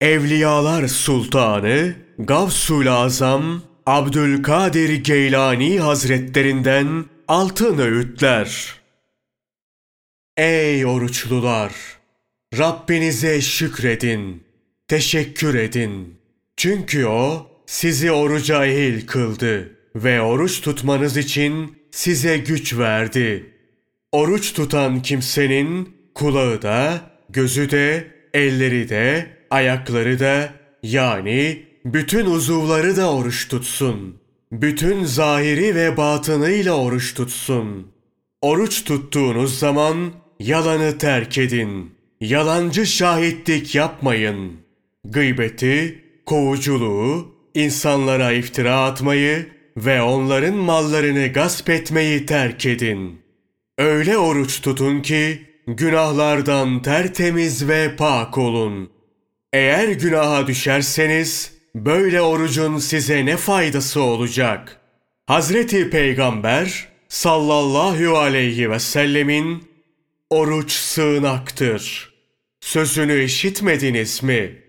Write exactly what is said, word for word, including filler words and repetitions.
Evliyalar Sultanı Gavsul Azam Abdülkadir Geylani Hazretlerinden altın öğütler. Ey oruçlular! Rabbinize şükredin, teşekkür edin. Çünkü O sizi oruca ehil kıldı ve oruç tutmanız için size güç verdi. Oruç tutan kimsenin kulağı da, gözü de, elleri de, ayakları da, yani bütün uzuvları da oruç tutsun. Bütün zahiri ve batınıyla oruç tutsun. Oruç tuttuğunuz zaman yalanı terk edin. Yalancı şahitlik yapmayın. Gıybeti, kovuculuğu, insanlara iftira atmayı ve onların mallarını gasp etmeyi terk edin. Öyle oruç tutun ki günahlardan tertemiz ve pak olun. Eğer günaha düşerseniz böyle orucun size ne faydası olacak? Hazreti Peygamber sallallahu aleyhi ve sellemin oruç sığınaktır sözünü işitmediniz mi?